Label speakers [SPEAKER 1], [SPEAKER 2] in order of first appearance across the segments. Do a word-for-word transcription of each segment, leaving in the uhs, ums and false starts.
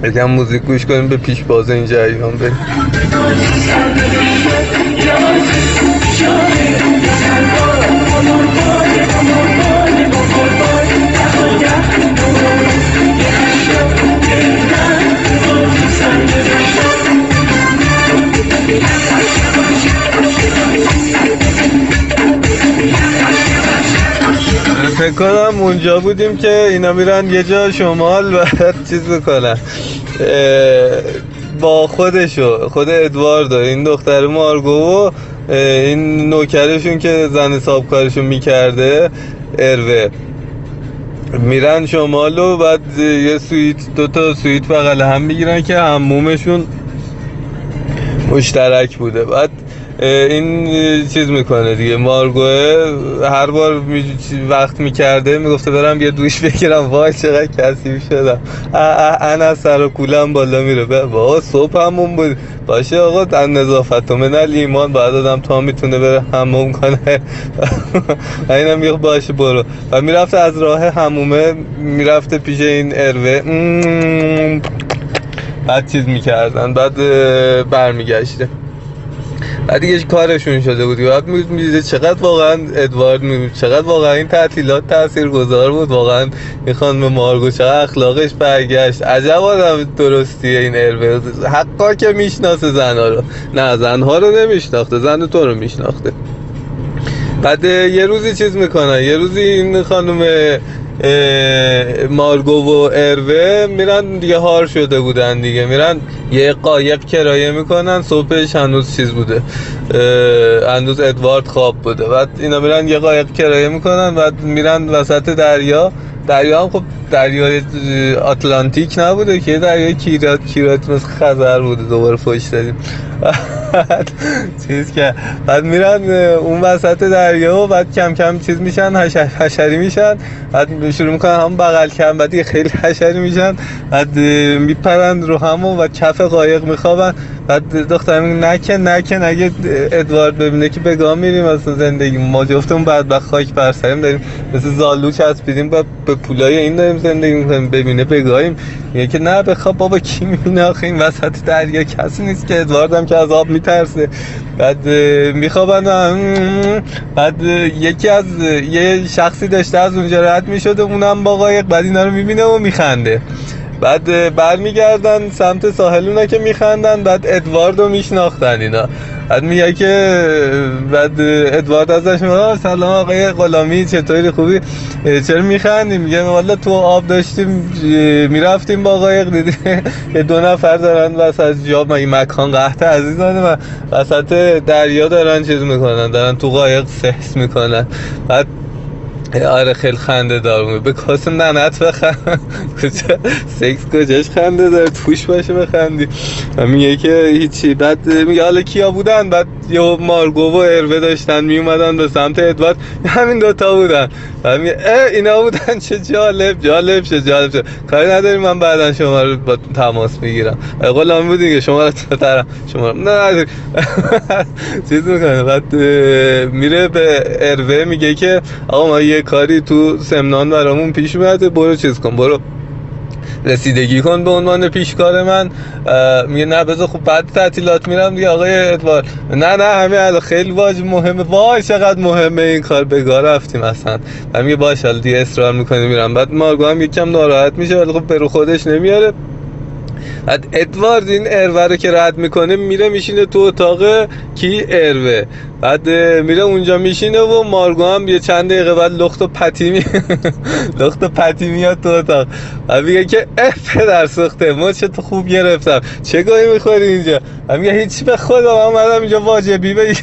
[SPEAKER 1] یکم موزیک گوش کنیم به پیش باز این جریان بریم. فکر کنم اونجا بودیم که اینا میرن یه جا شمال و چیز میکنن با خودشو خود ادوارد این دختر مارگو و این نوکرشون که زن حسابکارشون میکرده اروه میرن شمال و بعد یه سویت دوتا سویت بغل هم میگیرن که حمومشون مشترک بوده. بعد این چیز میکنه دیگه، مارگوه هر بار می... وقت میکرده میگفته برم یه دوش بگیرم، وای چقدر کثیف شدم، انا از سر و کولم بالا میره. بابا صبح همون بود باشه آقا، در نظافت و من ایمان باید آدم تا میتونه بره حموم کنه. اینم میگه باشه برو. و میرفته از راه حمومه میرفته پیش این اروه، بعد چیز میکردن، بعد برمیگشته. بعد دیگه کارشون شده بود. بعد میدیده چقدر واقعا ادوارد می... چقدر واقعا این تعطیلات تاثیرگذار بود، واقعا این خانم مارگو چقدر اخلاقش برگشت. عجب آدم درستیه این اروه، حقا که میشناسه زنها رو. نه زنها رو نمیشناخته، زن تو رو میشناخته. بعد یه روزی چیز میکنه، یه روزی این خانم مارگو و اروه میرن دیگه، هار شده بودن دیگه، میرن یه قایق کرایه میکنن. صبحش هنوز چیز بوده، هنوز ادوارد خواب بوده. بعد اینا میرن یه قایق کرایه میکنن، بعد میرن وسط دریا. دریا هم خب دریای آتلانتیک نبوده که، دریای کیرات کیرات مثل خزر بوده. دوباره فوش دادیم. چیز که بعد میرن اون وسط دریا و بعد کم کم چیز میشن، حشر حشری میشن. بعد شروع میکنن هم بغل کردن، بعد دیگه خیلی حشری میشن. بعد میپرن رو همون و کف قایق میخوابن. بعد دختر میگه نکن نکن، اگه ادوارد ببینه که بگاه میریم اصلا زندگی ما جفتمون بدبخت خاک بر سریم، داریم مثل زالو چسبیدیم به پولای این داریم زندگی میکنیم، ببینه بگاهیم. میگه که نه بخواب بابا، کی میبینه آخه این وسط دریا کسی نیست که. ادوارد هم که از آب میترسه. بعد میخوابن. بعد یکی از یه شخصی داشته از اونجا رد میشده، اونم با قایق. بعد اینا رو میبینه و میخنده. بعد برمیگردن سمت ساحل، اونا که میخندن. بعد ادوارد رو میشناختن اینا. بعد میگه که بعد ادوارد ازش میگه سلام آقای غلامی، چطوری خوبی، چرا میخندی؟ میگه والا تو آب داشتیم میرفتیم با قایق، دیدی یه دو نفر دارن وسط جا، مگه مکان قحط عزیزانه، و وسط دریا دارن چیز میکنن، دارن تو قایق سکس میکنن. بعد آره خیلی خنده دار بود. به کاسم ننت بخند، کجا سکس کجاش خنده داره، توش باشه بخندی. و میگه که هیچی. بعد میگه حالا کیا بودن؟ بعد یه مارگو و اروه داشتن میومدن به سمت ادوارد، همین دوتا بودن. و میگه اه اینا بودن، چه جالب جالب شد جالب شد، کاری نداریم من بعدا شما رو با تماس میگیرم. غلامی بود دیگه، شما رو ترم شما رو نه نداریم. چیز میکنه. بعد میره به اروه میگه که آقا ما یه کاری تو سمنان برامون پیش اومده، برو چیز کن، برو رسیدگی کن به عنوان پیشکار من. میگه نه بذار خب بعد تعطیلات میرم دیگه آقای ادوارد. نه نه همین الان خیلی واجب مهمه. وای چقدر مهمه این کار، بگاه رفتیم اصلا. و میگه باشه حالا دیگه اصرار میکنه میرم. بعد مارگو هم یکم ناراحت میشه ولی خب برو خودش نمیاره. بعد ادوارد این اروه رو که رد میکنه میره میشینه تو اتاق کی اروه. بعد میره اونجا میشینه و مارگو هم یه چند دقیقه بعد لخت و پتی می لخت و پتی میاد تو اتاق. و میگه که اه پدر سوخته ما چه تو خوب گرفتم، چه گاهی میخوری اینجا؟ و میگه هیچی به خدا من اومدم اینجا واجبی بگیرم.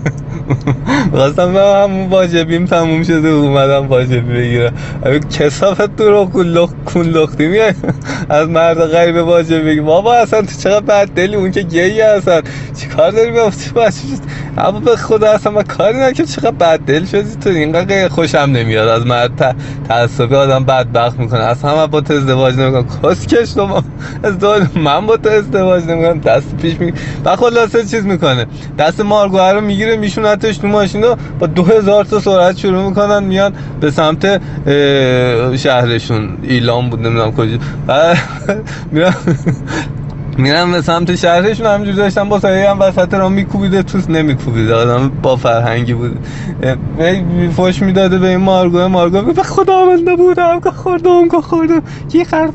[SPEAKER 1] خواستم من همون واجبیم تموم شده اومدم واجبی بگیرم. کسافت تو رو کن لختی میای از مرد غریب واجبی بگی. بابا اصلا تو چقدر بد دلی، اون که گیه اصلا چی کار داری بیافتی بچه اما به خدا اصلا من کاری نکردم. چقدر بددل شدی تو، اینقدر خوشم نمیاد از مرد تعصبی آدم بدبخت میکنه. اصلا من با تو ازدواج نمیکنم، کسکش تو ازدواج، من با تو ازدواج نمیکنم. دست پیش می و خلاصه چیز میکنه، دست مارگو رو میگیره میشونتش تو ماشین و با دو هزار تا سرعت شروع میکنن میان به سمت شهرشون، ایلام بود نمیدونم کجا، و میرن میرم به سمت شهرشون. همینجور داشتم با سایه هم وسط را میکوبیده توست نمیکوبیده، آدم با فرهنگی بود، فوش میداده به این مارگو. مارگو به خدا من نبودم که خوردم که خوردم کی خرد.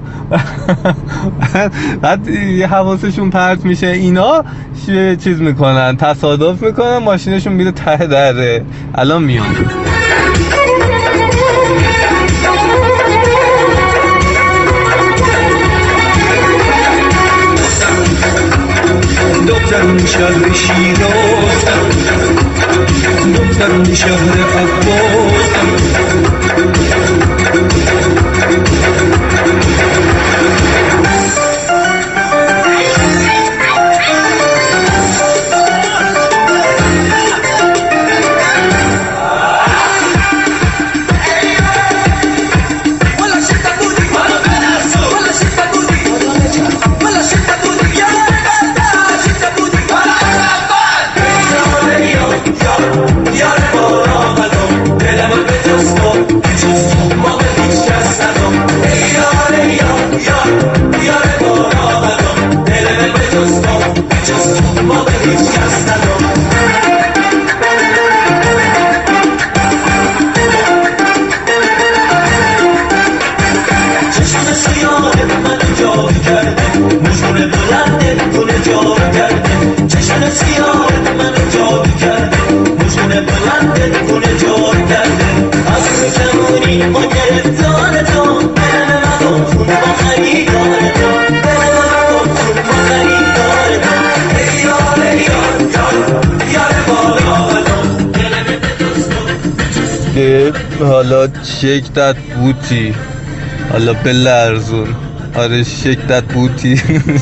[SPEAKER 1] بعد حواسشون پرت میشه، اینا چیز میکنن، تصادف میکنن، ماشینشون میره ته دره. الان میان
[SPEAKER 2] دخترون شهر شیراز، دخترون شهر عباس.
[SPEAKER 1] حالا شکدت بوتی، حالا بلرزون. آره شکدت بوتی.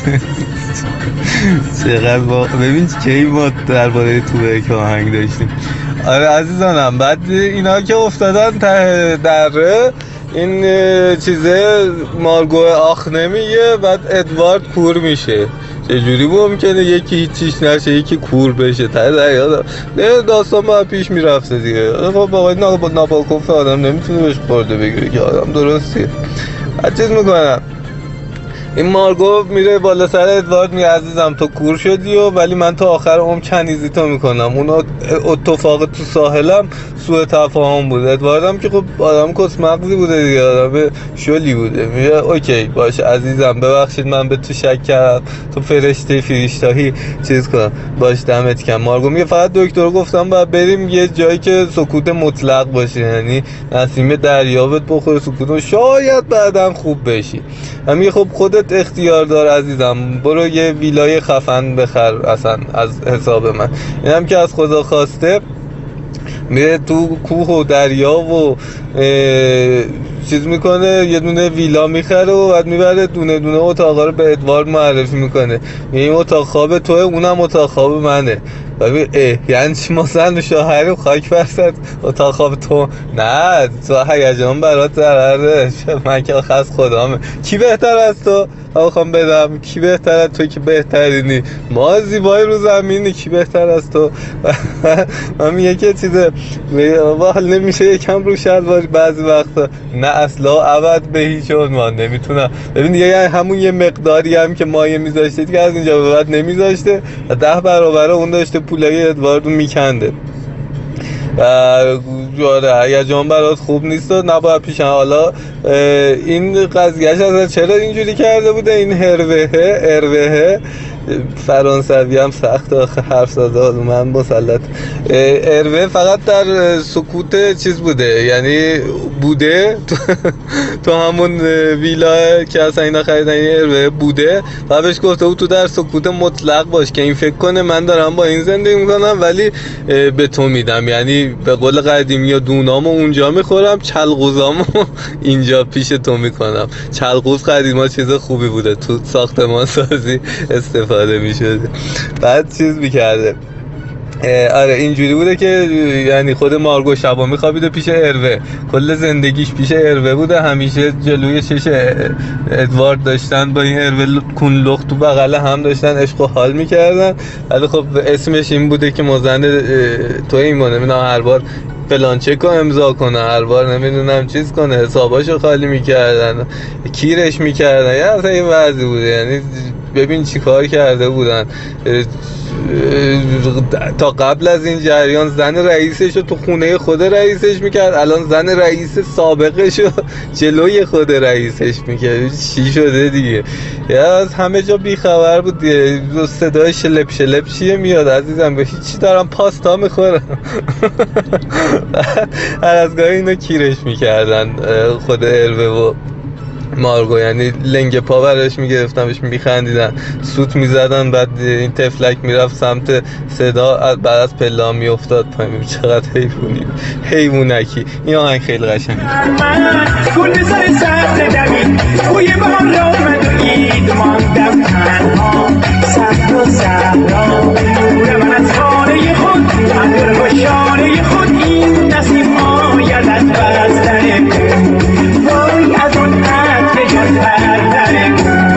[SPEAKER 1] چقدر با ببین کی ما درباره توبک آهنگ داشتیم. آره عزیزانم، بعد اینا که افتادن ته دره، این چیزه مارگو آخ نمیگه، بعد ادوارد کور میشه. چجوری ممکنه یکی هیچیش نشه یکی کور بشه ته دریا؟ نه داستان باید پیش میرفته دیگه. خب با ناپاکوف آدم نمیتونه بهش خورده بگیره که آدم درستیه. هر چیز میکنم این مارگو میره بالا سر ادوارد میگه عزیزم تو کور شدی و ولی من تا آخر عمر کنیزی تو میکنم. اون اتفاق تو ساحلم سوء تفاهم بود. ادواردم که خب آدم کسمغزی بوده دیگه، آدم شلی بوده. میگه اوکی باشه عزیزم ببخشید من به تو شک کردم، تو فرشته فریشتاهی چیز کنم، باش دمت کم. مارگو میگه فقط دکتر گفتم باید بریم یه جایی که سکوت مطلق باشه، یعنی نسیم دریابت بخوره سکوت، شاید بعدم خوب بشی. میگه خب خودت اختیار دار عزیزم، برو یه ویلای خفن بخر اصلا از حساب من. اینم که از خدا خواسته میره تو کوه و دریا و چیز میکنه، یه دونه ویلا میخره و بعد میبره دونه دونه اتاقا رو به ادوارد معرفی میکنه. این اتاق خواب توه، اونم اتاق خواب منه. ببین اه یعنی چی ما زن و شوهریم خاک برسد اتاق خواب تو؟ نه تو هیجان برات ضرره. من که خاص خدامه. کی بهتر از تو بخوام بدم؟ کی بهتر از تو که بهترینی؟ ما زیبای رو زمینی، کی بهتر از تو؟ من میگه که چیزه حال نمیشه یکم رو شلواری بعضی وقتا. نه اصلا ابد به هیچ عنوان نمیتونم. ببین دیگه یعنی همون یه مقداری هم که مایه میذاشته که از اینجا به بعد نمیذاشته، ده برابر اون داشته پولای ادواردو میکنده. جواره هیجان برات خوب نیست و نباید پیشن. حالا این قضیهش از چرا اینجوری کرده بوده این هروهه هروهه فرانسوی هم سخت آخه حرف زده، من مسلط. اروه فقط در سکوت چیز بوده، یعنی بوده تو, تو همون ویلا که اصلا اینا خریدن این اروه بوده و بهش گفته بود تو در سکوت مطلق باش که این فکر کنه من دارم با این زندگی میکنم ولی به تو میدم، یعنی به قول قدیمی یا دونامو اونجا میخورم چلقوزامو اینجا پیش تو میکنم. چلقوز قدیما چیز خوبی بوده، تو ساختمان سازی استفاده میشده. بعد چیز میکرده آره اینجوری بوده که یعنی خود مارگو شبا میخوابیده پیش اروه، کل زندگیش پیش اروه بوده، همیشه جلوی چش ادوارد داشتن با این اروه کونلخت تو بغل هم داشتن عشق و حال میکردن. ولی خب اسمش این بوده که مزن تو ایمان نمیدونم هر بار فلان چک رو امضا کنه، هر بار نمیدونم چیز کنه، حساباشو خالی میکردن، کیرش میکردن، یه اصلا این وضعی بوده. یعنی ببین چی کار کرده بودن. تا قبل از این جریان زن رئیسش رو تو خونه خود رئیسش میکرد، الان زن رئیس سابقش رو جلوی خود رئیسش میکرد. چی شده دیگه؟ یا از همه جا بیخبر بود دیگه. صدای شلپ شلپ چیه میاد عزیزم؟ به هیچی دارم پاستا میخورم. هر از گاهی اینو کیرش میکردن خود اروه و مارگو، یعنی لنگ پا برش میگرفتن بهش میخندیدن، سوت میزدن، بعد این تفلک میرفت سمت صدا، بعد از پلا میافتاد پایین. چقدر حیوانی حیوانکی. این آهنگ خیلی قشنگه. گل بزار سبز دمی بوی بام را من اید ماندم تنها سبز و صحرا نور من از خانه خود اندر و شانه خود این نسیم آید از بستر وای از اون عطر جان پرور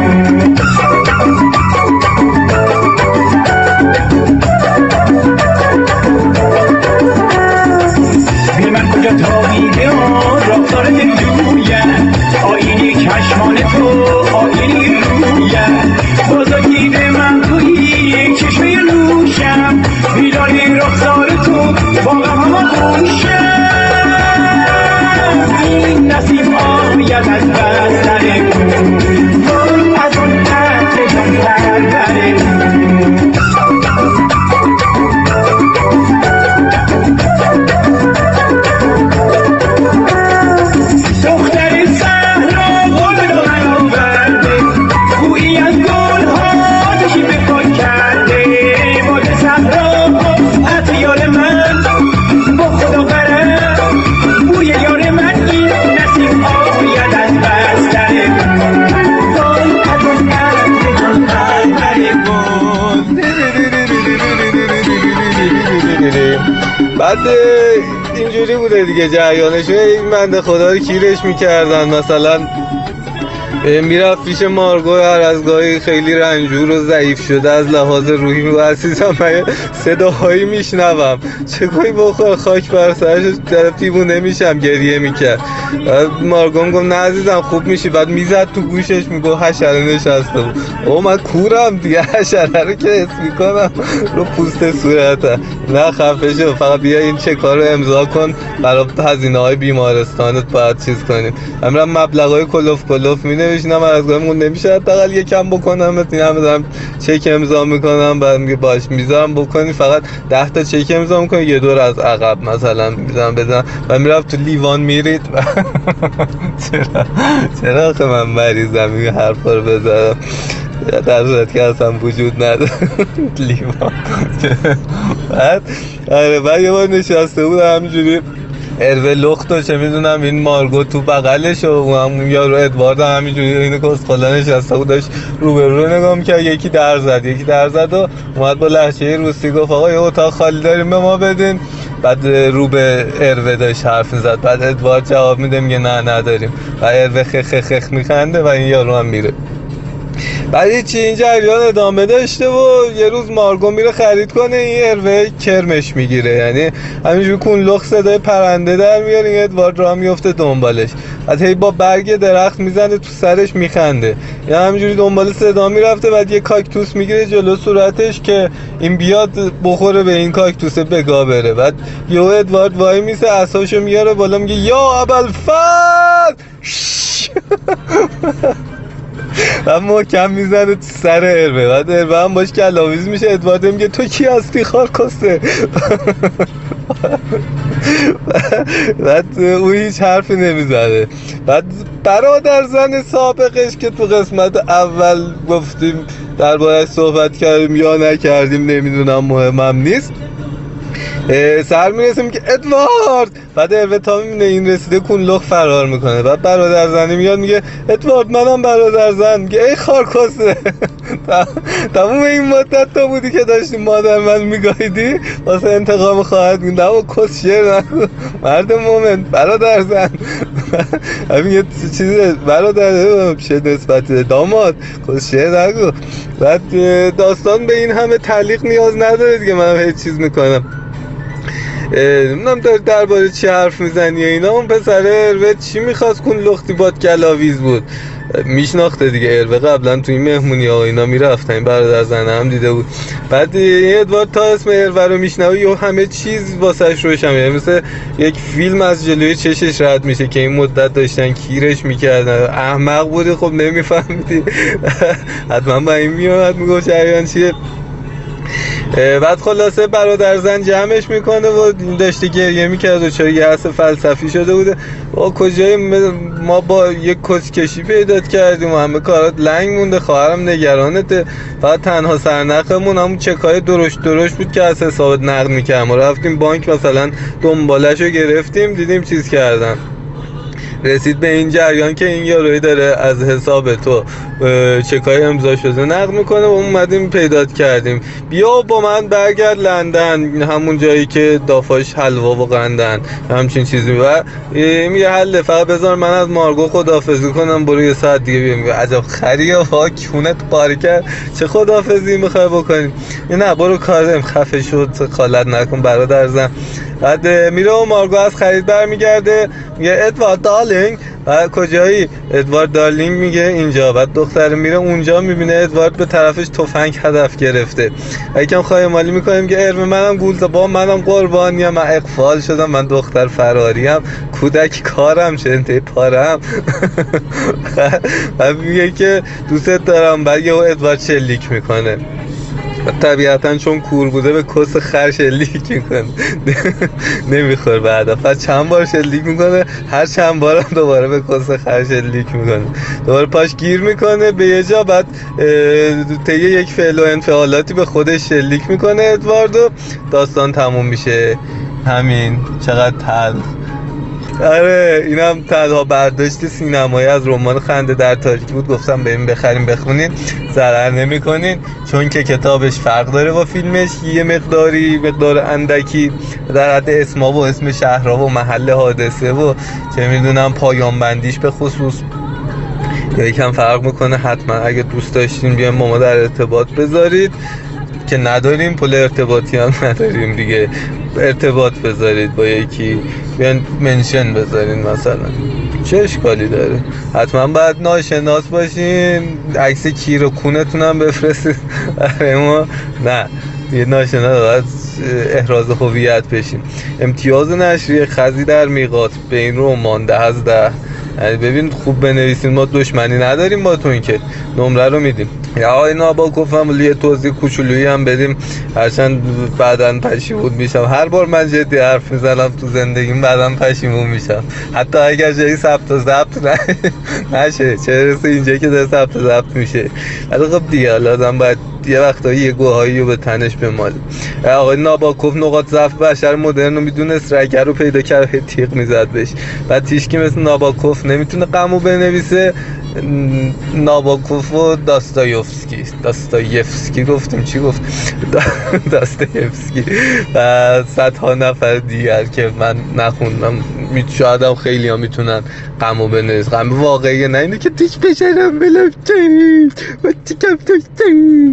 [SPEAKER 1] بی من کجا تابیده رفتار دل جویم آینی چشمان تو آینی رویم بازا دیده من توی چشمه نوشم بیداری رفتار تو با غم همه خوشم این نسیم آید از بستر وای از اون عطر جان پرور بعد اینجوری بوده دیگه جریانش. این بنده خدا رو کیرش میکردن، مثلا میرفت پیش مارگو هر از گاهی خیلی رنجور و ضعیف شده از لحاظ روحی و عزیزم من صداهایی میشنوم چه کوی بخور خاک بر سرش طرف دیوونه میشم گریه میکرد. مارگو میگم نه عزیزم خوب میشی، بعد میزد تو گوشش میگو حشره نشسته بود. او من کورم دیگه، حشره رو که حس میکنم رو پوست صورتم. نه خفه شو، فقط بیا این چه کار رو امضا کن برای هزینه های بیمارستانت باید چیز کنیم. امرم مبلغ های کلوف کلوف می نوشنم از گاهی مون نمیشه حداقل یکم بکنم این هم دارم چک امضا میکنم، بعد میگه باش میذارم بکنی، فقط ده تا چک امضا میکنی یه دور از عقب مثلا میذارم بزنم و میرفت تو لیوان میرید. چرا چرا آخه من مریضم این حرفا رو بزنم در صورت که اصلا وجود نداره لیوان. بعد آره بعد یه بار نشسته بود همینجوری اروه لخت و چه میدونم این مارگو تو بغلش و هم یارو ادوارد همینجوری اینو کسخلا نشسته بود داشت رو به رو نگاه میکرد. یکی در زد یکی در زد و اومد با لهجه روسی گفت آقا یه اتاق خالی داریم به ما بدین. بعد رو به اروه داشت حرف میزد، بعد ادوارد جواب میده میگه نه نداریم و اروه خخ خخ میخنده و این یارو هم میره. بعد چی این جریان ادامه داشته و یه روز مارگو میره خرید کنه، این اروه کرمش میگیره، یعنی همینجوری کونلخ صدای پرنده در میاره، این ادوارد راه میفته دنبالش، بعد هی با برگ درخت میزنه تو سرش میخنده، یعنی همینجوری دنبال صدا میرفته. بعد یه کاکتوس میگیره جلو صورتش که این بیاد بخوره به این کاکتوس بگا بره. بعد یه ادوارد وای میسه عصاشو میاره بالا میگه یا ابوالفضل و محکم میزنه تو سر اروه. بعد اروه هم باش کلاویز میشه. ادوارد میگه تو کی هستی خارکسته؟ بعد او هیچ حرفی نمیزنه. بعد برادر زن سابقش که تو قسمت اول گفتیم درباره‌اش صحبت کردیم یا نکردیم نمیدونم مهمم نیست، سر میرسیم که ادوارد. بعد اروه تا میبینه این رسیده کونلخ فرار میکنه. بعد برادر زنی میاد میگه ادوارد منم برادر زن. میگه ای خارکسته تموم این مدت تا بودی که داشتی مادر من میگاهیدی واسه انتقام خواهد میگن نبا کس شیر نکن مرد مومن برادر زن همین یه چیزی برادر چه نسبتی داماد کس شیر نکن. بعد داستان به این همه تعلیق نیاز نداره دیگه، من هیچ چیز میکنم نمیدونم داری درباره چی حرف میزنی اینا. اون پسره اروه چی میخواست کن لختی باد گلاویز بود میشناخته دیگه اروه قبلا توی مهمونی ها اینا میرفتن این برادر زنه هم دیده بود. بعد یه ادوارد تا اسم اروه رو میشنوی و همه چیز واسش روشن میاد، مثل یک فیلم از جلوی چشش رد میشه که این مدت داشتن کیرش میکردن. احمق بودی خب نمیفهمیدی حتما با این میاد میگفت جریان چیه. بعد خلاصه برادر زن جمعش میکنه و داشته گریه میکرد و چرا یه حس فلسفی شده بوده و کجای ما با یک کسکشی پیدات کردیم و همه کارات لنگ مونده، خواهرم نگرانته، فقط تنها سرنخمون همون چکای درشت درشت بود که از حسابت نقد میکردم و رفتیم بانک مثلا دنبالش رو گرفتیم دیدیم چیز کردن. رسید به این جریان که این یاروی داره از حساب تو چکای امضا شده نقد میکنه و اومدیم پیدات کردیم، بیا با من برگرد لندن همون جایی که دافاش حلوا و قندن همچین چیزی و میگه حله فقط بذار من از مارگو خداحافظی کنم برو یه ساعت دیگه بیام. میگه عجب خریه وا کونت پاره کرد چه خداحافظی میخوای بکنیم؟ نه برو کارم خفه شد خالت نکن برادر زن. بعد میره و مارگو از خرید برمیگرده میگه ادوارد دارلینگ و کجایی؟ ادوارد دارلینگ میگه اینجا. بعد دختر میره اونجا میبینه ادوارد به طرفش تفنگ هدف گرفته و یکم خواهی مالی میکنیم که ارم منم گولزا با منم قربانیم، من اقفال شدم، من دختر فراریم، کودک کارم شنته پارم و میگه که دوست دارم. بعد یه ادوارد شلیک میکنه طبیعتا چون کور بوده به کس خر شلیک میکنه نمیخور بعدا فقط چند بار شلیک میکنه، هر چند بارم دوباره به کس خر شلیک میکنه، دوباره پاش گیر میکنه به یه جا. بعد طی یک فعل و انفعالاتی به خودش شلیک میکنه ادواردو، داستان تموم میشه. همین. چقدر تلخ. آره اینم تنها برداشت سینمایی از رمان خنده در تاریکی بود، گفتم بریم بخریم بخونین ضرر نمی‌کنین چون که کتابش فرق داره با فیلمش یه مقداری مقدار اندکی در حد اسما و اسم شهرها و محل حادثه و چه میدونم پایان بندیش به خصوص یکم فرق میکنه. حتما اگه دوست داشتین بیاین با ما در ارتباط بذارید که نداریم، پول ارتباطی هم نداریم دیگه، ارتباط بذارید با یکی، بیان منشن بذارین مثلا، چه اشکالی داره؟ حتما باید ناشناس باشین، عکس کیر و کونتون هم بفرستید ما نه یه ناشناس باید احراز هویت بشین. امتیاز نشریه خزی در میقات به این رمان ده از ده. یعنی ببین خوب بنویسین، ما دشمنی نداریم با تو، این که نمره رو میدیم. یا آقای ناباکوف هم یه توضیح کوچولویی هم بدیم، هرچند بعداً پشیمون میشم. هر بار من جدی حرف میزنم تو زندگیم بعداً پشیمون میشم، حتی اگر جایی ثبت و ضبط نشه، چه رسه اینجا که داره ثبت و ضبط میشه. ولی خب دیگه آدم باید یه وقتایی یه گوهایی رو به تنش بماله. آقای ناباکوف نقاط ضعف بشر مدرن رو میدونست، رگر رو پیدا کرد تیغ میزد بهش. بعد تیشکی مثل ناباکوف نمیتونه غمو بنویسه. ناباکوف و داستایوفسکی داستایوفسکی گفتیم چی گفت داستایوفسکی و صدها نفر دیگر که من نخوندم، شاید هم خیلی ها میتونن غمو بنویسن. غم واقعی نه اینه که تیش بشنم بلم چی و تیکم توشتیم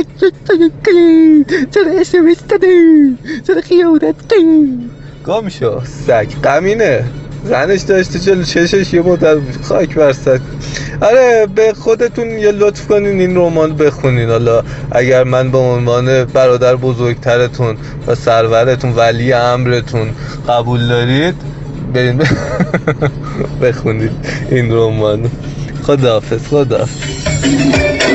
[SPEAKER 1] چرا اسمش دادیم چرا خیانت کنیم گم شو سگ. غمینه زنش داشته جلو چشش یه مدت خاک برسد. آره به خودتون یه لطف کنین این رمان بخونین. حالا اگر من به عنوان برادر بزرگترتون و سرورتون ولی امرتون قبول دارید برین بخونید این رمان. خداحافظ. خداحافظ.